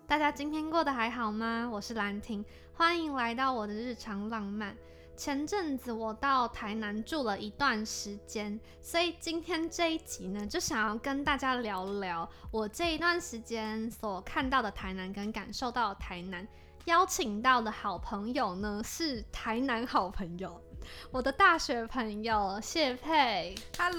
大家今天过得还好吗？我是兰婷，欢迎来到我的日常浪漫。前阵子我到台南住了一段时间，所以今天这一集呢，就想要跟大家聊聊我这一段时间所看到的台南跟感受到的台南。邀请到的好朋友呢是台南好朋友，我的大学朋友谢佩。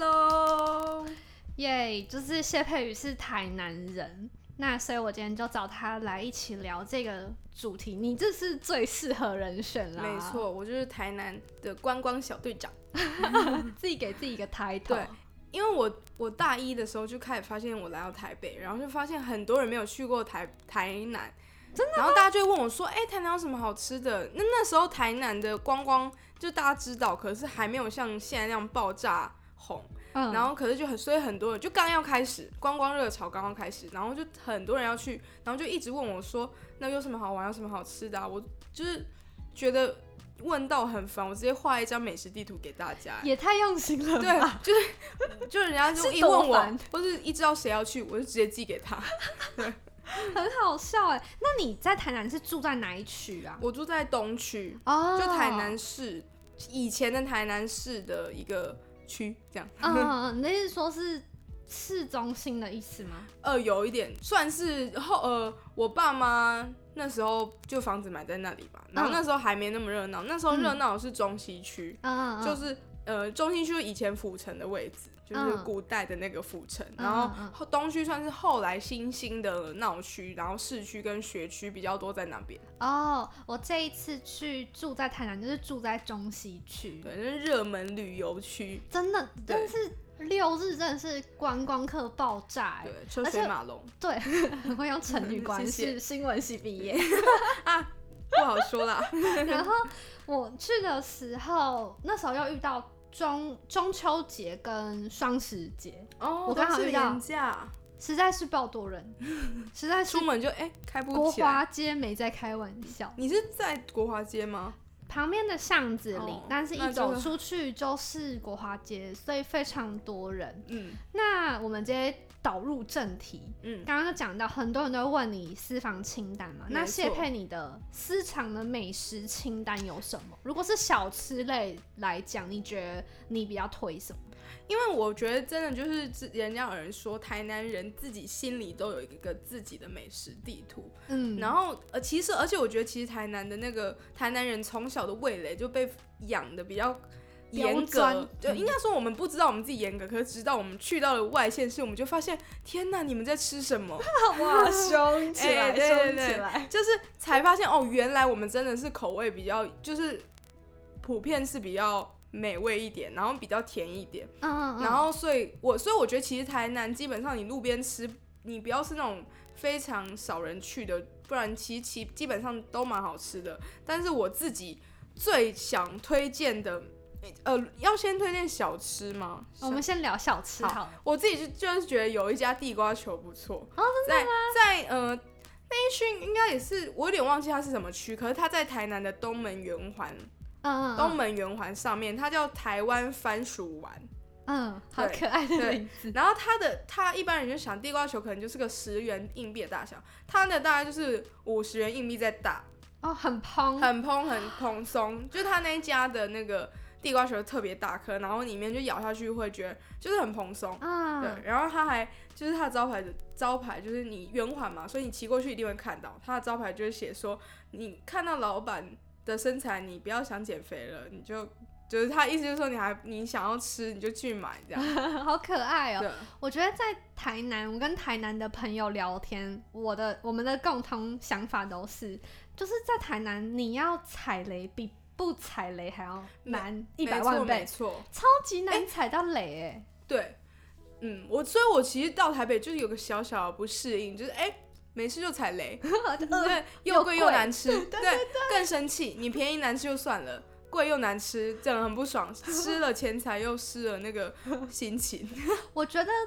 Hello， 耶，就是谢佩瑜是台南人。那所以我今天就找他来一起聊这个主题，你这是最适合人选啦。 没错，我就是台南的观光小队长， 自己给自己一个 title。 对，因为我大一的时候就开始发现我来到台北，然后就发现很多人没有去过台南， 真的吗？ 然后大家就会问我说，台南有什么好吃的？那时候台南的观光就大家知道，可是还没有像现在那样爆炸红。然后可是所以很多人就刚要开始观光热潮刚刚开始，然后就很多人要去，然后就一直问我说，那有什么好玩，有什么好吃的啊？我就是觉得问到很烦，我直接画一张美食地图给大家， 也太用心了吧。 对，就是人家就一问我，或是一知道谁要去，我就直接寄给他。对， 很好笑哎。那你在台南是住在哪一区啊？ 我住在东区，就台南市以前的台南市的一个区这样。 你的意思说是市中心的意思吗？ 有一点算是我爸妈那时候就房子买在那里吧，然后那时候还没那么热闹，那时候热闹的是中西区，就是中西区以前府城的位置，就是古代的那个府城，然后东区算是后来新兴的闹区，然后市区跟学区比较多在那边。 我这一次去住在台南，就是住在中西区， 对，就是热门旅游区， 真的是6日真的是观光客爆炸， 对，车水马龙， 对，很会用成语关系，是新闻系毕业啊，不好说啦。 然后我去的时候，那时候又遇到中秋节跟双十节，我刚好遇到，实在是爆多人，实在是出门就开不起来。 国华街没在开玩笑。 你是在国华街吗？ 旁边的巷子里，但是一走出去就是国华街，所以非常多人。那我们直接导入正题。刚刚就讲到，很多人都会问你私房清单嘛。那谢佩，你的私藏的美食清单有什么？如果是小吃类来讲，你觉得你比较推什么？ 因为我觉得真的就是人家有人说台南人自己心里都有一个自己的美食地图，然后其实而且我觉得其实台南的那个台南人从小的味蕾就被养的比较严格，就应该说我们不知道我们自己严格，可是直到我们去到了外县市，我们就发现天哪，你们在吃什么？ 哇，凶起来， 凶起来，就是才发现原来我们真的是口味比较就是普遍是比较美味一点，然后比较甜一点，然后所以我觉得其实台南基本上你路边吃，你不要是那种非常少人去的，不然其实基本上都蛮好吃的。但是我自己最想推荐的，要先推荐小吃吗？ 我们先聊小吃好了。 我自己就是觉得有一家地瓜球不错， 真的吗？ 在那一区应该也是我有点忘记它是什么区，可是它在台南的东门圆环。东门圆环上面，它叫台湾番薯丸， 好可爱的名字。 然后它一般人就想地瓜球可能就是个10元硬币的大小，它的大概就是50元硬币再大， 很蓬松，就是它那一家的那个地瓜球特别大颗，然后里面就咬下去会觉得就是很蓬松，对，然后它还就是它的招牌就是你圆环嘛，所以你骑过去一定会看到，它的招牌就是写说你看到老板的身材，你不要想减肥了，你就是他意思就是说你想要吃你就去买这样， 好可爱哦。我觉得在台南，我跟台南的朋友聊天，我们的共同想法都是，就是在台南你要踩雷比不踩雷还要难100万倍， 没错， 超级难踩到雷哎。 对，所以我其实到台北就是有个小小的不适应，就是没事就踩雷，对，又贵又难吃，对，更生气。你便宜难吃就算了，贵又难吃，真的很不爽。吃了钱财又失了那个心情。 我觉得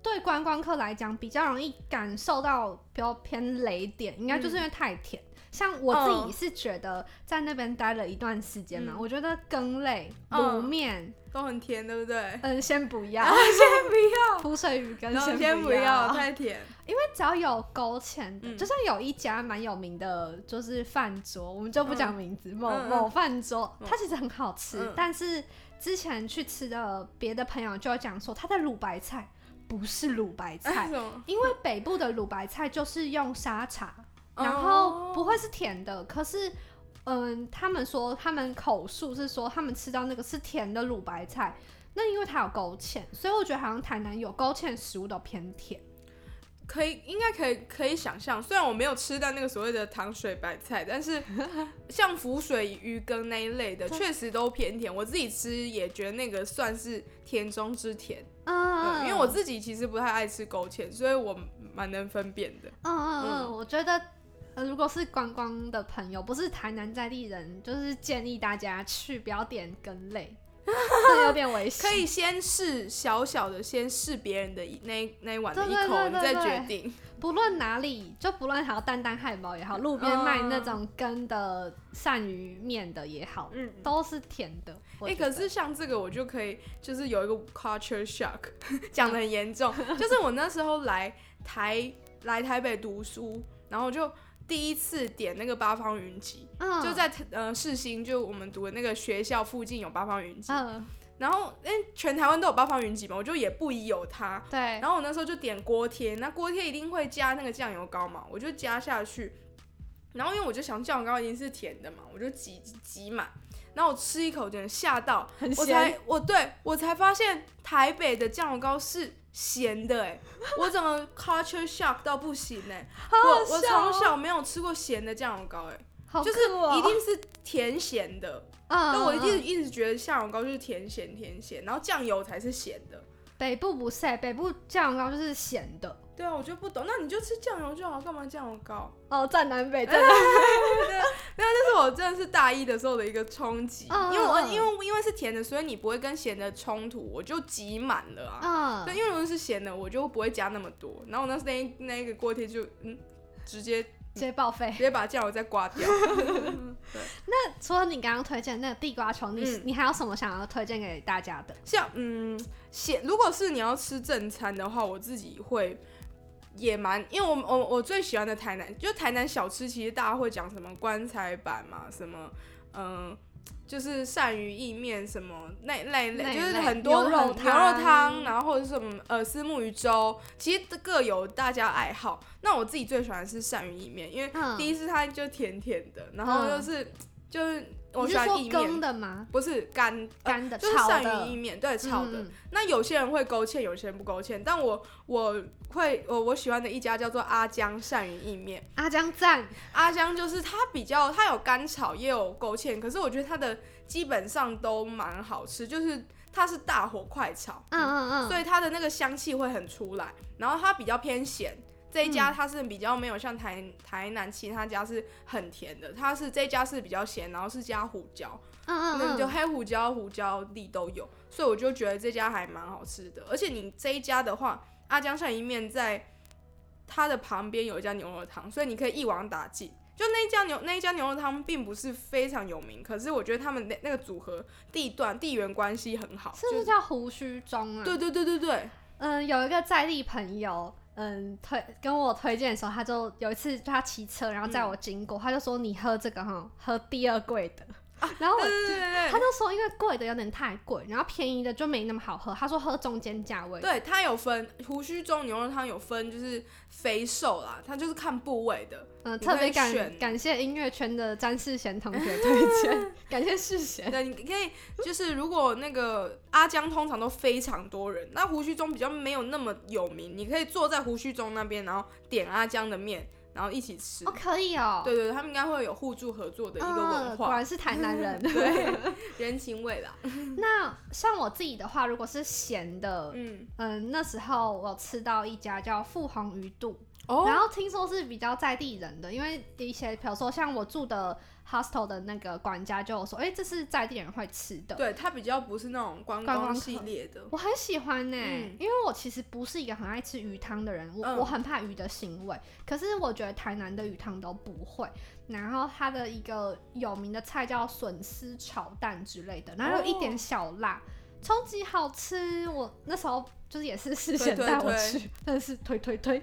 对观光客来讲比较容易感受到比较偏雷点，应该就是因为太甜。像我自己是觉得在那边待了一段时间嘛，我觉得羹类、卤面都很甜，对不对？ 先不要， 先不要， 浮水鱼羹先不要，太甜。 因为只要有勾芡的，就像有一家蛮有名的，就是饭桌，我们就不讲名字，某饭桌，它其实很好吃，但是之前去吃的别的朋友就有讲说，它的卤白菜不是卤白菜，因为北部的卤白菜就是用沙茶。然后不会是甜的，可是，他们说他们口述是说他们吃到那个是甜的卤白菜，那因为它有勾芡，所以我觉得好像台南有勾芡食物都偏甜。 应该可以想象，虽然我没有吃到那个所谓的糖水白菜，但是像浮水鱼羹那一类的，确实都偏甜。我自己吃也觉得那个算是甜中之甜，因为我自己其实不太爱吃勾芡，所以我蛮能分辨的。 我觉得。如果是观光的朋友，不是台南在地人，就是建议大家去不要点羹类，这有点危险。 可以先试小小的，先试别人的那一碗的一口，你再决定。 不论哪里，就不论还有蛋蛋汉堡也好，路边卖那种羹的鳝鱼面的也好，都是甜的。 可是像这个我就可以，就是有一个 culture shock， 讲得很严重。就是我那时候来台北读书，然后就。第一次点那个八方云集，就在世新，就我们读的那个学校附近有八方云集，然后全台湾都有八方云集嘛，我就也不疑有它。 对。 然后我那时候就点锅贴，那锅贴一定会加那个酱油膏嘛，我就加下去。然后因为我就想酱油膏一定是甜的嘛，我就挤满。然后我吃一口，真的吓到， 很咸。 我才发现台北的酱油膏是咸的我整个 culture shock 到不行我从小没有吃过咸的酱油膏就是一定是甜咸的，但我一直觉得酱油膏就是甜咸，然后酱油才是咸的。 北部不是北部酱油膏就是咸的。 对啊，我就不懂，那你就吃酱油就好，干嘛酱油膏？ 占南北， 对，那是我真的是大一的时候的一个衝擊，因为是甜的，所以你不会跟咸的冲突，我就挤满了啊。对，因为如果是咸的，我就不会加那么多。然后那个锅贴就直接报废， 直接把酱油再刮掉。 那除了你刚刚推荐那个地瓜球，你还有什么想要推荐给大家的？ 像如果是你要吃正餐的话，我自己会。也蛮，因为我最喜欢的台南小吃，其实大家会讲什么棺材板嘛，什么就是鳝鱼意面什么那类，就是很多牛肉汤，然后或者是什么丝木鱼粥，其实各有大家爱好。那我自己最喜欢的是鳝鱼意面，因为第一是它就甜甜的，然后就是我喜欢意面。你是说羹的吗？ 不是干的， 就是鳝鱼意面，对，炒的。那有些人会勾芡，有些人不勾芡，但我喜欢的一家叫做阿江鳝鱼意面。 阿江赞， 阿江就是它有干炒也有勾芡，可是我觉得它的基本上都蛮好吃，就是它是大火快炒，所以它的那个香气会很出来，然后它比较偏咸。这一家它是比较没有像台南其他家是很甜的，这一家是比较咸，然后是加胡椒，就黑胡椒、胡椒粒都有，所以我就觉得这家还蛮好吃的。而且你这一家的话，阿江鳝鱼面在它的旁边有一家牛肉汤，所以你可以一网打尽。就那一家牛肉汤并不是非常有名，可是我觉得他们那个组合地缘关系很好， 是不是叫胡须中啊？ 对， 有一个在地朋友。跟我推荐的时候，他就有一次他骑车，然后载我经过，他就说你喝这个喝第二贵的，然后他就说因为贵的有点太贵，然后便宜的就没那么好喝，他说喝中间价位。 对，他有分胡须中牛肉汤有分就是肥瘦啦，他就是看部位的。 特别感谢音乐圈的詹世贤同学推荐，感谢世贤。 对，你可以就是如果那个阿江通常都非常多人，那胡须中比较没有那么有名，你可以坐在胡须中那边，然后点阿江的面。然后一起吃可以哦。 对，他们应该会有互助合作的一个文化。 果然是台南人。 对，人情味啦。 那像我自己的话，如果是咸的，那时候我吃到一家叫富宏鱼肚， 然后听说是比较在地人的，因为一些比如说像我住的 hostel 的那个管家就有说，这是在地人会吃的。 对，它比较不是那种观光系列的。 我很喜欢呢，因为我其实不是一个很爱吃鱼汤的人，我很怕鱼的腥味。可是我觉得台南的鱼汤都不会。然后它的一个有名的菜叫笋丝炒蛋之类的，然后有一点小辣，超级好吃。我那时候就是也是世贤带我去，但是推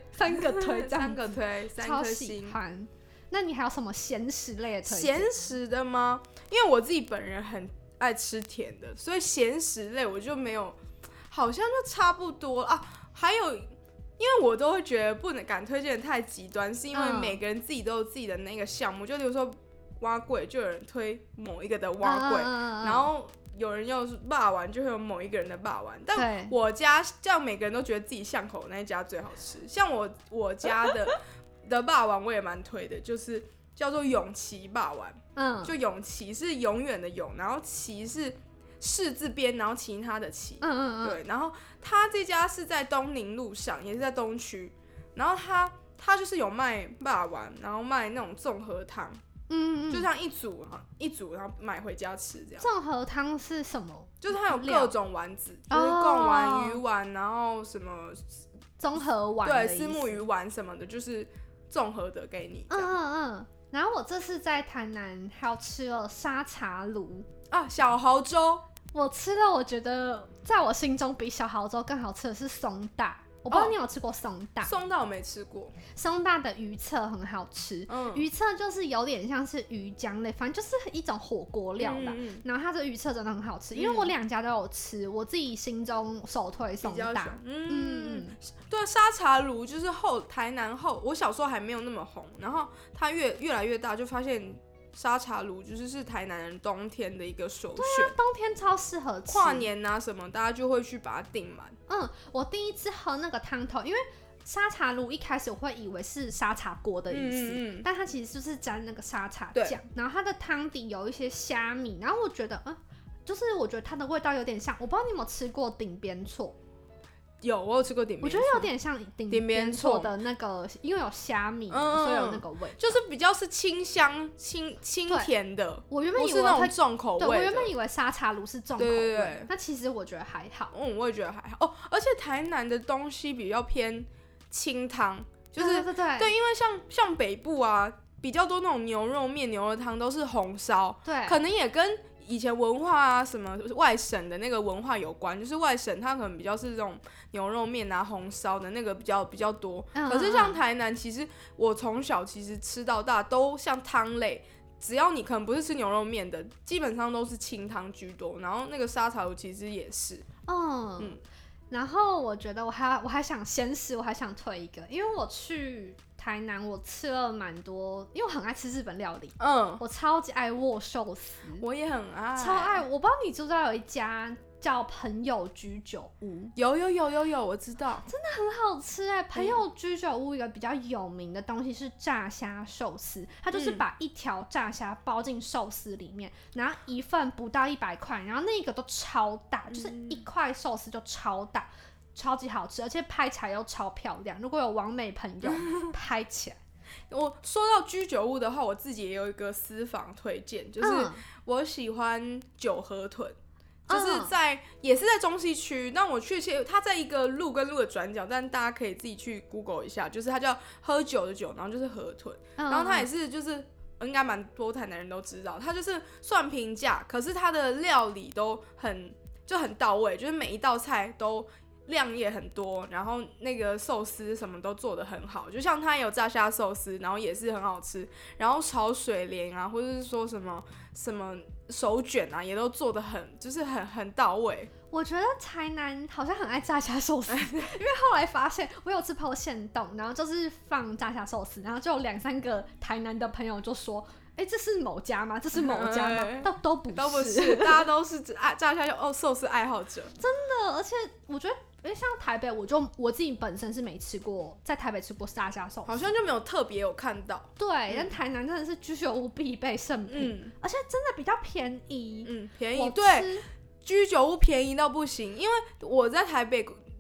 3个推这样子，3 个推3颗星， 超喜欢。那你还有什么咸食类的推荐？ 咸食的吗？因为我自己本人很爱吃甜的，所以咸食类我就没有，好像就差不多啊。还有，因为我都会觉得不能敢推荐的太极端，是因为每个人自己都有自己的那个项目，就比如说蛙粿，就有人推某一个的蛙粿，然后有人又是霸王，就会有某一个人的霸王。但我家这样每个人都觉得自己巷口那一家最好吃，像我家的霸王我也蛮推的，就是叫做永琪霸王，就永琪是永远的永，然后琪是士字边，然后其他的其，对，然后他这家是在东宁路上，也是在东区，然后他就是有卖霸王，然后卖那种综合汤，就像一组，然后买回家吃这样。 综合汤是什么？ 就是它有各种丸子，就是贡丸、鱼丸，然后什么综合丸， 对，虱目鱼丸什么的，就是综合的给你。 然后我这次在台南还有吃了沙茶卤啊，小豪粥。 我吃了，我觉得在我心中比小豪粥更好吃的是松大。我不知道你有吃过松大？ 松大我没吃过。 松大的鱼册很好吃，鱼册就是有点像是鱼浆类，反正就是一种火锅料啦。然后它的鱼册真的很好吃，因为我2家都有吃，我自己心中首推松大。 对，沙茶卤就是台南后，我小时候还没有那么红，然后它越来越大，就发现沙茶卤是台南人冬天的一个首选。 对啊，冬天超适合吃， 跨年啊什么，大家就会去把它订满。 我第一次喝那个汤头，因为沙茶卤一开始我会以为是沙茶锅的意思，但它其实就是沾那个沙茶酱，然后它的汤底有一些虾米，然后我觉得就是我觉得它的味道有点像，我不知道你有没有吃过鼎边错。 有，我有吃过鼎边错， 我觉得有点像鼎边错的那个，因为有虾米，所以有那个味， 就是比较是清香、清甜的。 我原本以为不是那种重口味的， 对，我原本以为沙茶卤是重口味，对，那其实我觉得还好。 我也觉得还好哦。而且台南的东西比较偏清汤，就是对，因为像北部啊，比较多那种牛肉面、牛肉汤都是红烧，对，可能也跟以前文化啊什么外省的那个文化有关，就是外省它可能比较是这种牛肉面啊红烧的那个比较多，可是像台南其实我从小其实吃到大都像汤类，只要你可能不是吃牛肉面的，基本上都是清汤居多，然后那个沙茶卤其实也是。 然后我觉得我还想咸食，我还想推一个，因为我去台南我吃了蛮多，因为我很爱吃日本料理，我超级爱握寿司， 我也很爱， 超爱。我不知道你知不知道有一家叫朋友居酒屋， 有，我知道， 真的很好吃哎。朋友居酒屋一个比较有名的东西是炸虾寿司，它就是把一条炸虾包进寿司里面，然后一份不到100块，然后那个都超大，就是一块寿司就超大，超级好吃，而且拍起来又超漂亮。如果有网美朋友拍起来。 我说到居酒屋的话，我自己也有一个私房推荐，就是我喜欢九河豚。就是也是在中西区，但我确切它在一个路跟路的转角，但大家可以自己去 Google 一下，就是它叫喝酒的酒，然后就是河豚，然后它也是就是应该蛮多台南人都知道，它就是算平价，可是它的料理都很到位，就是每一道菜都量也很多，然后那个寿司什么都做得很好，就像它有炸虾寿司，然后也是很好吃，然后炒水莲啊，或者是说什么手卷啊，也都做得很到位。 我觉得台南好像很爱炸虾寿司，因为后来发现我有次PO限动，然后就是放炸虾寿司，然后就有2-3个台南的朋友就说：“这是某家吗？这是某家吗？”都不是， 大家都是炸虾寿司爱好者， 真的。而且我觉得。像台北，我自己本身是没吃过，在台北吃过炸虾寿司， 好像就没有特别有看到。 对，但台南真的是居酒屋必备圣品，而且真的比较便宜。 便宜，对，居酒屋便宜到不行。因为我在台北，就是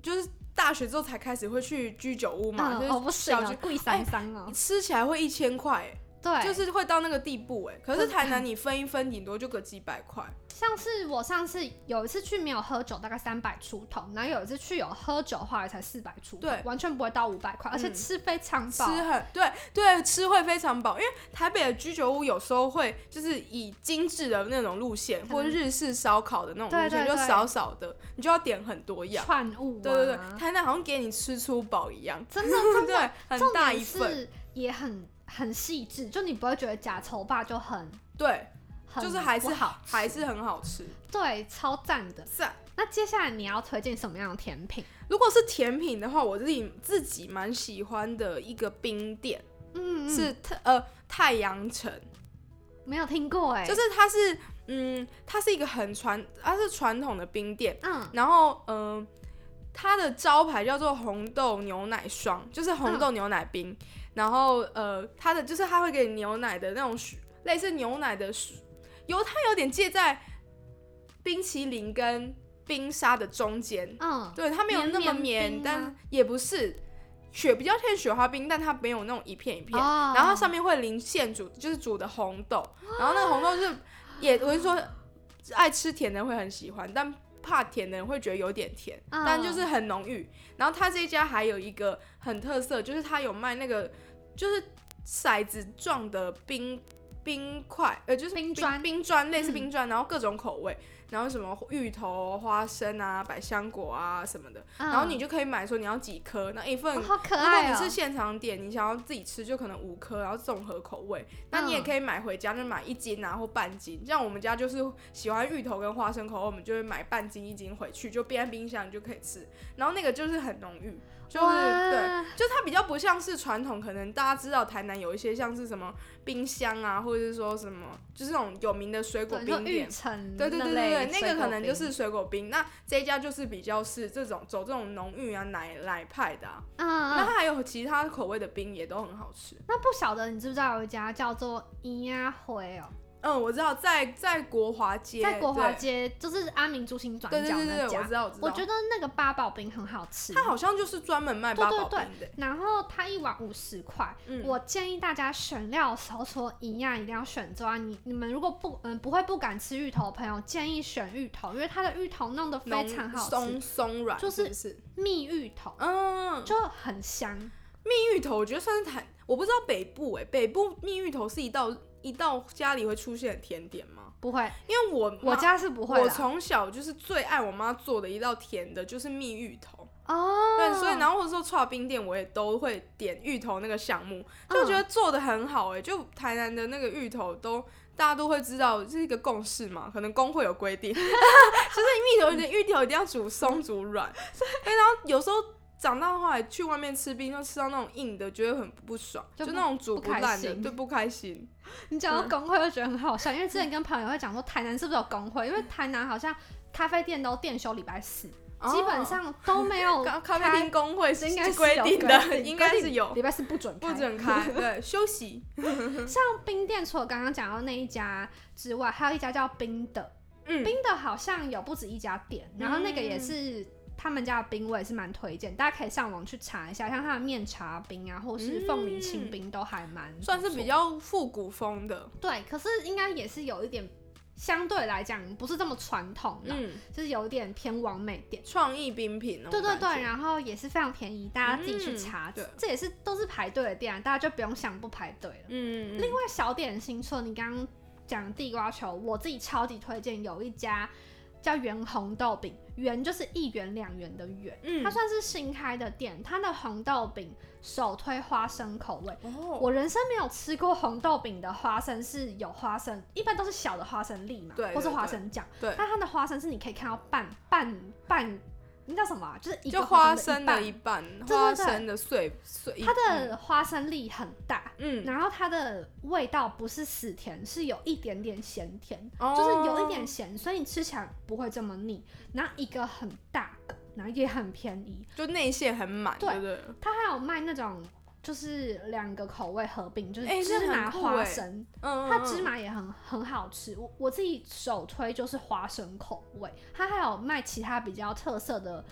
大学之后才开始会去居酒屋嘛，就是不行哦，贵三三哦， 吃起来会1000块， 对， 就是会到那个地步可是台南你分一分，顶多就个几百块。 像是我上次有一次去没有喝酒，大概300出头，然后有一次去有喝酒的话才400出头，对，完全不会到500块，而且吃非常饱， 对，吃会非常饱，因为台北的居酒屋有时候会就是以精致的那种路线，或者日式烧烤的那种路线，就少少的，你就要点很多样串物， 对，台南好像给你吃出饱一样， 真的对，很大一份， 重点是也很细致，就你不会觉得假丑霸就很对。就是还是很好吃， 对，超赞的。 是啊， 那接下来你要推荐什么样的甜品？ 如果是甜品的话，我自己蛮喜欢的一个冰店，是太阳城， 没有听过就是它是一个它是传统的冰店，然后它的招牌叫做红豆牛奶霜，就是红豆牛奶冰，然后它的就是它会给你牛奶的那种类似牛奶的它有点介在冰淇淋跟冰沙的中间，对，它没有那么绵，但也不是比较偏雪花冰，但它没有那种一片一片，然后它上面会淋现煮，就是煮的红豆，然后那个红豆是我是说爱吃甜的会很喜欢，但怕甜的人会觉得有点甜，但就是很浓郁。然后它这一家还有一个很特色，就是它有卖那个就是骰子状的冰块，就是冰砖类似冰砖，然后各种口味，然后什么芋头、花生啊、百香果啊什么的，然后你就可以买说你要几颗，那一份， 好可爱如果你是现场点，你想要自己吃就可能5颗，然后综合口味，那你也可以买回家，就买1斤或半斤。像我们家就是喜欢芋头跟花生口味，我们就会买半斤1斤回去，就冰在冰箱你就可以吃，然后那个就是很浓郁。就是对，就它比较不像是传统，可能大家知道台南有一些像是什么冰箱啊，或者是说什么就是那种有名的水果冰店，对，那个可能就是水果冰。那这一家就是比较是走这种浓郁啊奶派的那它还有其他口味的冰也都很好吃。 那不晓得你知不知道有一家叫做银鸭灰我知道，在国华街，就是阿明珠心转角那家， 我知道。 我觉得那个八宝冰很好吃， 它好像就是专门卖八宝冰的。 对，然后它一碗50块。我建议大家选料的时候，除了一样一定要选之外，你们如果不敢吃芋头的朋友，建议选芋头，因为它的芋头弄得非常好吃， 松软， 就是蜜芋头，就很香。 蜜芋头我觉得算是我不知道北部蜜芋头是一道家里会出现的甜点吗？ 不会， 因为我家是不会。 我从小就是最爱我妈做的一道甜的，就是蜜芋头。 对， 所以然后或者说串冰店，我也都会点芋头那个项目，就觉得做的很好就台南的那个芋头大家都会知道，这是一个共识嘛，可能工会有规定，就是芋头一定要煮松煮软，然后有时候。长大后来去外面吃冰，就吃到那种硬的，觉得很不爽，就那种煮不烂的，对，不开心。 你讲到工会，就觉得很好笑，因为之前跟朋友会讲说，台南是不是有工会？因为台南好像咖啡店都店休礼拜4，基本上都没有咖啡厅工会是应该是规定的，应该是有， 礼拜4不准开，对，休息。 像冰店，除了刚刚讲到那一家之外，还有一家叫冰的，冰的好像有不止一家店，然后那个也是。他们家的冰我也是蛮推荐，大家可以上网去查一下，像他的面茶冰啊，或是凤梨清冰都还蛮算是比较复古风的。 对，可是应该也是有一点相对来讲不是这么传统的，就是有一点偏完美点创意冰品对，然后也是非常便宜，大家自己去查，这也是都是排队的店大家就不用想不排队了。另外小点心，除了你刚刚讲地瓜球，我自己超级推荐有一家叫圆红豆饼，圆就是1元2元的圆，它算是新开的店，它的红豆饼首推花生口味。我人生没有吃过红豆饼的花生是有花生，一般都是小的花生粒嘛，或是花生酱。但它的花生是你可以看到半，那叫什么就是一个花生的一半，花生的碎， 它的花生粒很大，然后它的味道不是死甜，是有一点点咸甜，就是有一点咸，所以你吃起来不会这么腻。然后一个很大个，然后也很便宜， 就内馅很满，对不对？ 它还有卖那种就是2个口味合并，就是芝麻花生，它芝麻也很好吃。我自己首推就是花生口味，它还有卖其他比较特色的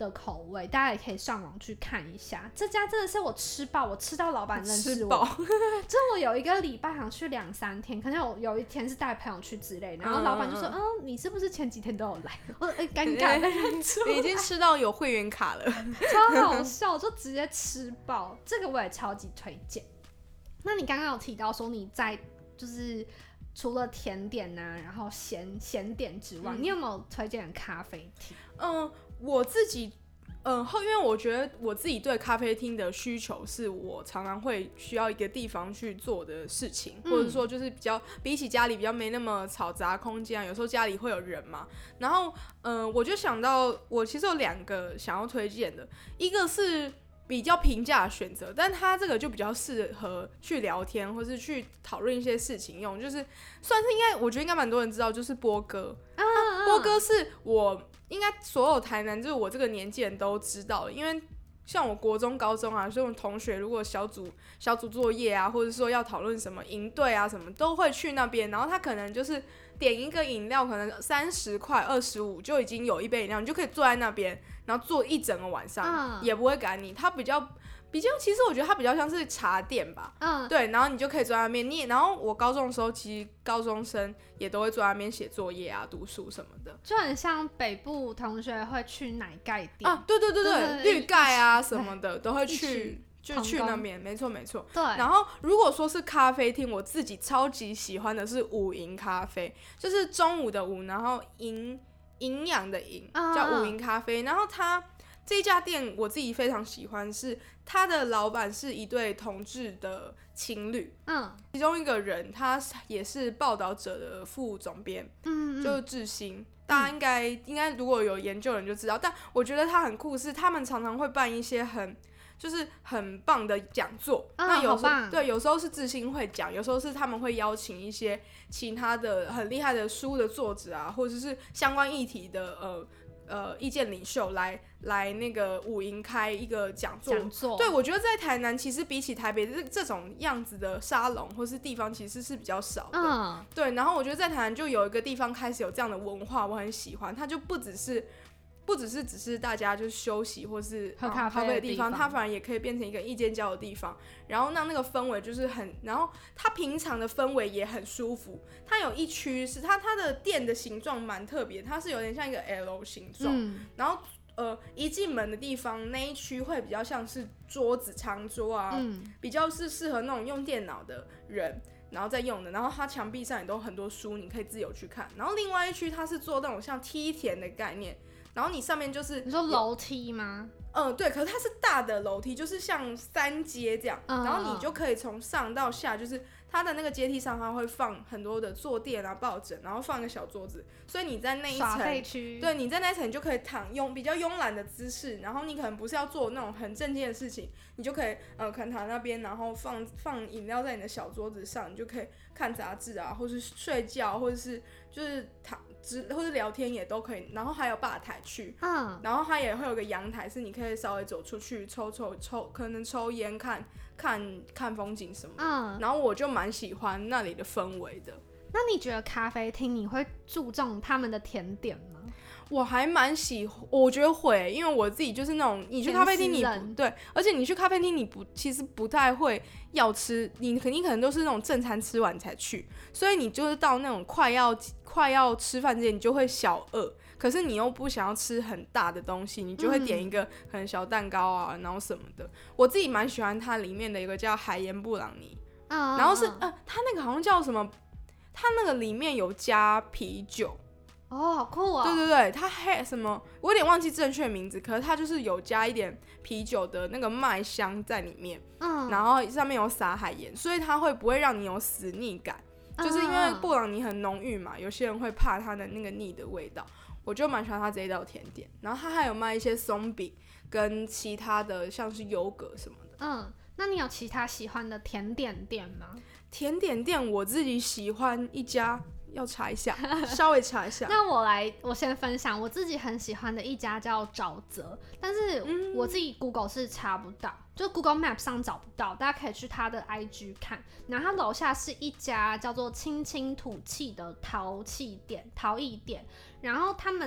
的口味，大家也可以上网去看一下。这家真的是我吃爆，我吃到老板认识我。就我有一个礼拜好像去2-3天，可能有一天是带朋友去之类的，然后老板就说：“你是不是前几天都有来？”我说：“尴尬， 你已经吃到有会员卡了， 超好笑，就直接吃爆。这个我也超级推荐。那你刚刚有提到说你在就是除了甜点啊，然后咸点之外，你有没有推荐的咖啡厅？ 我自己，因为我觉得我自己对咖啡厅的需求是我常常会需要一个地方去做的事情，或者说就是比起家里比较没那么嘈杂空间啊，有时候家里会有人嘛，然后我就想到我其实有2个想要推荐的，一个是比较平价的选择，但它这个就比较适合去聊天或是去讨论一些事情用，就是算是我觉得应该蛮多人知道，就是波哥。波哥是我应该所有台南就是我这个年纪人都知道的，因为像我国中高中啊，所以我们同学如果小组作业啊，或者说要讨论什么营队啊什么，都会去那边，然后他可能就是点一个饮料可能30块25就已经有一杯饮料，你就可以坐在那边，然后坐一整个晚上，也不会赶你。它比较，其实我觉得它比较像是茶店吧，对，然后你就可以坐在那边，然后我高中的时候，其实高中生也都会坐在那边写作业啊、读书什么的， 就很像北部同学会去奶盖店啊，对，绿盖啊什么的都会去。就去那边，没错。 对。 然后如果说是咖啡厅，我自己超级喜欢的是午营咖啡，就是中午的午，然后营养的营，叫午营咖啡。然后它这一家店我自己非常喜欢，是他的老板是一对同志的情侣，其中一个人他也是报道者的副总编，就是志兴。大家应该如果有研究的人就知道，但我觉得他很酷，是他们常常会办一些就是很棒的讲座，那有时候是志兴会讲，有时候是他们会邀请一些其他的很厉害的书的作者啊，或者是相关议题的意见领袖来那个午营开一个讲座。对，我觉得在台南其实比起台北这种样子的沙龙或是地方其实是比较少的，对。然后我觉得在台南就有一个地方开始有这样的文化，我很喜欢，它就不只是大家就是休息或是喝咖啡的地方，它反而也可以变成一个意见交流的地方，然后让那个氛围就是然后它平常的氛围也很舒服。它有一区是它的店的形状蛮特别，它是有点像一个 L 形状，然后一进门的地方那一区会比较像是桌子长桌啊，比较是适合那种用电脑的人然后再用的，然后它墙壁上也都很多书，你可以自由去看。然后另外一区它是做那种像梯田的概念，然后你上面就是你说楼梯吗？ 对，可是它是大的楼梯，就是像3阶这样，然后你就可以从上到下，就是它的那个阶梯上，它会放很多的坐垫啊、抱枕，然后放一个小桌子，所以你在那一层，对，你在那一层你就可以用比较慵懒的姿势，然后你可能不是要做那种很正经的事情，你就可以可能躺那边，然后放饮料在你的小桌子上，你就可以看杂志啊，或是睡觉，或者是就是或是聊天也都可以，然后还有吧台区，然后它也会有个阳台，是你可以稍微走出去可能抽烟看风景什么的，然后我就蛮喜欢那里的氛围的。 那你觉得咖啡厅你会注重他们的甜点吗？ 我还蛮我觉得会，因为我自己就是那种，你去咖啡厅你不对，而且你去咖啡厅其实不太会要吃，你可能都是那种正餐吃完才去，所以你就是到那种快要吃饭之前，你就会小饿，可是你又不想要吃很大的东西，你就会点一个可能小蛋糕啊，然后什么的。我自己蛮喜欢它里面的一个叫海盐布朗尼，然后是它那个好像叫什么，它那个里面有加啤酒。 好酷啊！ 对，它什么，我有点忘记正确名字，可是它就是有加一点啤酒的那个麦香在里面，然后上面有撒海盐，所以它不会让你有死腻感，就是因为布朗尼很浓郁嘛，有些人会怕它的那个腻的味道，我就蛮喜欢它这一道甜点。然后它还有卖一些松饼跟其他的像是优格什么的。 那你有其他喜欢的甜点店吗？ 甜点店我自己喜欢一家。要查一下，稍微查一下。 那我先分享我自己很喜欢的一家叫沼泽，但是我自己 Google 是查不到，就 Google Map 上找不到，大家可以去他的 IG 看。然后他楼下是一家叫做青青土气的陶艺店，然后他们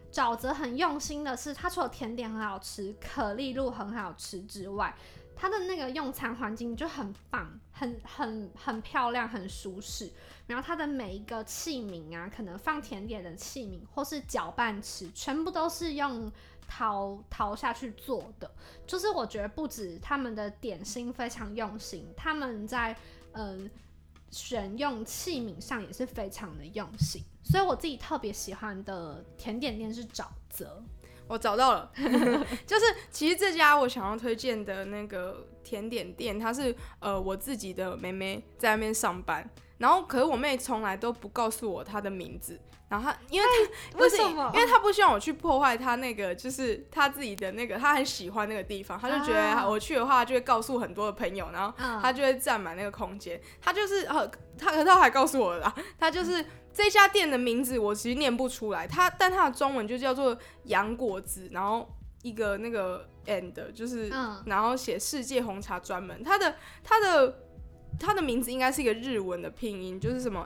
沼泽很用心的是，它除了甜点很好吃，可丽露很好吃之外，它的那个用餐环境就很棒，很漂亮，很舒适。然后它的每一个器皿啊，可能放甜点的器皿或是搅拌匙，全部都是用陶下去做的。就是我觉得不止他们的点心非常用心，他们在选用器皿上也是非常的用心。所以我自己特别喜欢的甜点店是沼泽。 我找到了，就是其实这家我想要推荐的那个甜点店，它是我自己的妹妹在那边上班，然后可是我妹从来都不告诉我她的名字，然后她因为她为什么？ 因为她不希望我去破坏她那个就是她自己的那个，她很喜欢那个地方，她就觉得我去的话就会告诉很多的朋友，然后她就会占满那个空间。她就是她还告诉我了啦，她就是这家店的名字我其实念不出来，但它的中文就叫做洋果子，然后一个那个 and 就是，然后写世界红茶专门，它的名字应该是一个日文的拼音，就是什么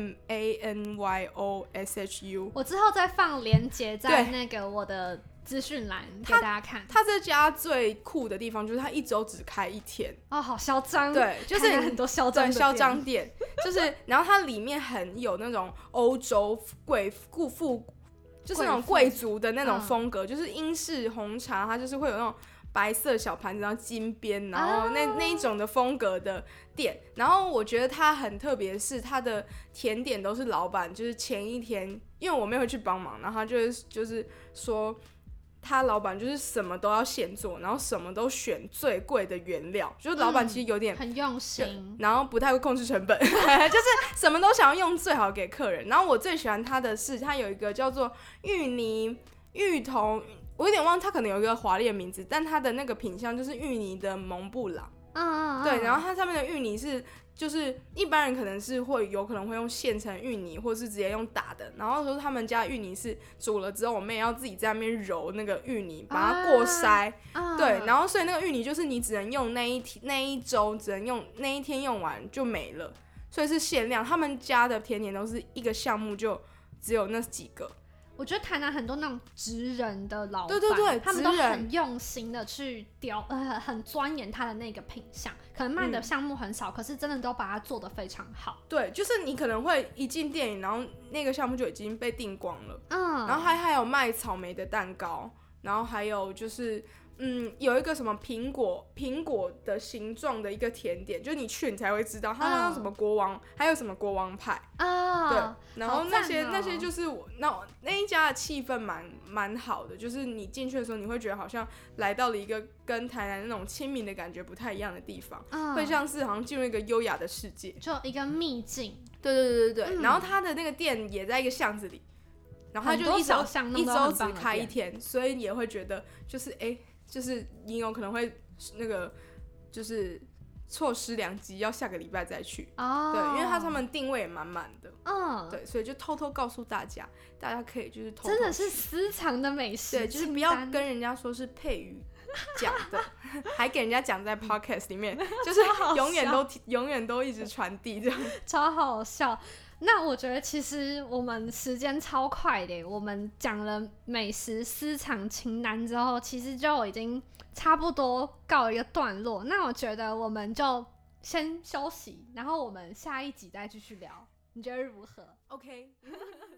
MANYOSHU。 我之后再放连结在那个我的资讯栏给大家看。 他这家最酷的地方就是他一周只开1天。 哦，好嚣张！ 对，就是很多嚣张店，就是然后它里面很有那种欧洲就是那种贵族的那种风格，就是英式红茶，它就是会有那种白色小盘子，然后金边，然后那一种的风格的店。然后我觉得它很特别，是它的甜点都是老板就是前一天，因为我没有去帮忙，然后他就是说。他老板就是什么都要现做，然后什么都选最贵的原料，就是老板其实有点很用心， 然后不太会控制成本，就是什么都想要用最好给客人。然后我最喜欢他的是，他有一个叫做芋泥芋头，我有点忘，他可能有一个华丽的名字，但他的那个品相就是芋泥的蒙布朗。对，然后它上面的芋泥是，就是一般人可能是有可能会用现成芋泥，或是直接用打的。然后说他们家芋泥是煮了之后，我们也要自己在那边揉那个芋泥，把它过筛。对，然后所以那个芋泥就是你只能用那一周，只能用那一天用完就没了，所以是限量。他们家的甜点都是一个项目就只有那几个。 我觉得台南很多那种职人的老板， 对， 他们都很用心的去很钻研他的那个品相，可能卖的项目很少，可是真的都把它做得非常好。 对，就是你可能会一进店里，然后那个项目就已经被订光了。然后还有卖草莓的蛋糕，然后还有就是有一个什么苹果的形状的一个甜点，就是你去你才会知道它叫什么国王，还有什么国王派对，然后那些就是那一家的气氛蛮好的，就是你进去的时候，你会觉得好像来到了一个跟台南那种亲民的感觉不太一样的地方，会像是好像进入一个优雅的世界， 就一个秘境。 对，然后它的那个店也在一个巷子里，然后它就一周只开1天，所以也会觉得就是你有可能会那个就是错失良机，要下个礼拜再去。对，因为他们定位也满满的。对，所以就偷偷告诉大家可以就是偷偷真的是私藏的美食， 对，就是不要跟人家说是佩瑜讲的，还给人家讲在 podcast 里面，就是永远都一直传递这样， 超好笑。那我觉得其实我们时间超快的，我们讲了美食私藏清单之后，其实就已经差不多告一个段落。那我觉得我们就先休息，然后我们下一集再继续聊，你觉得如何？ OK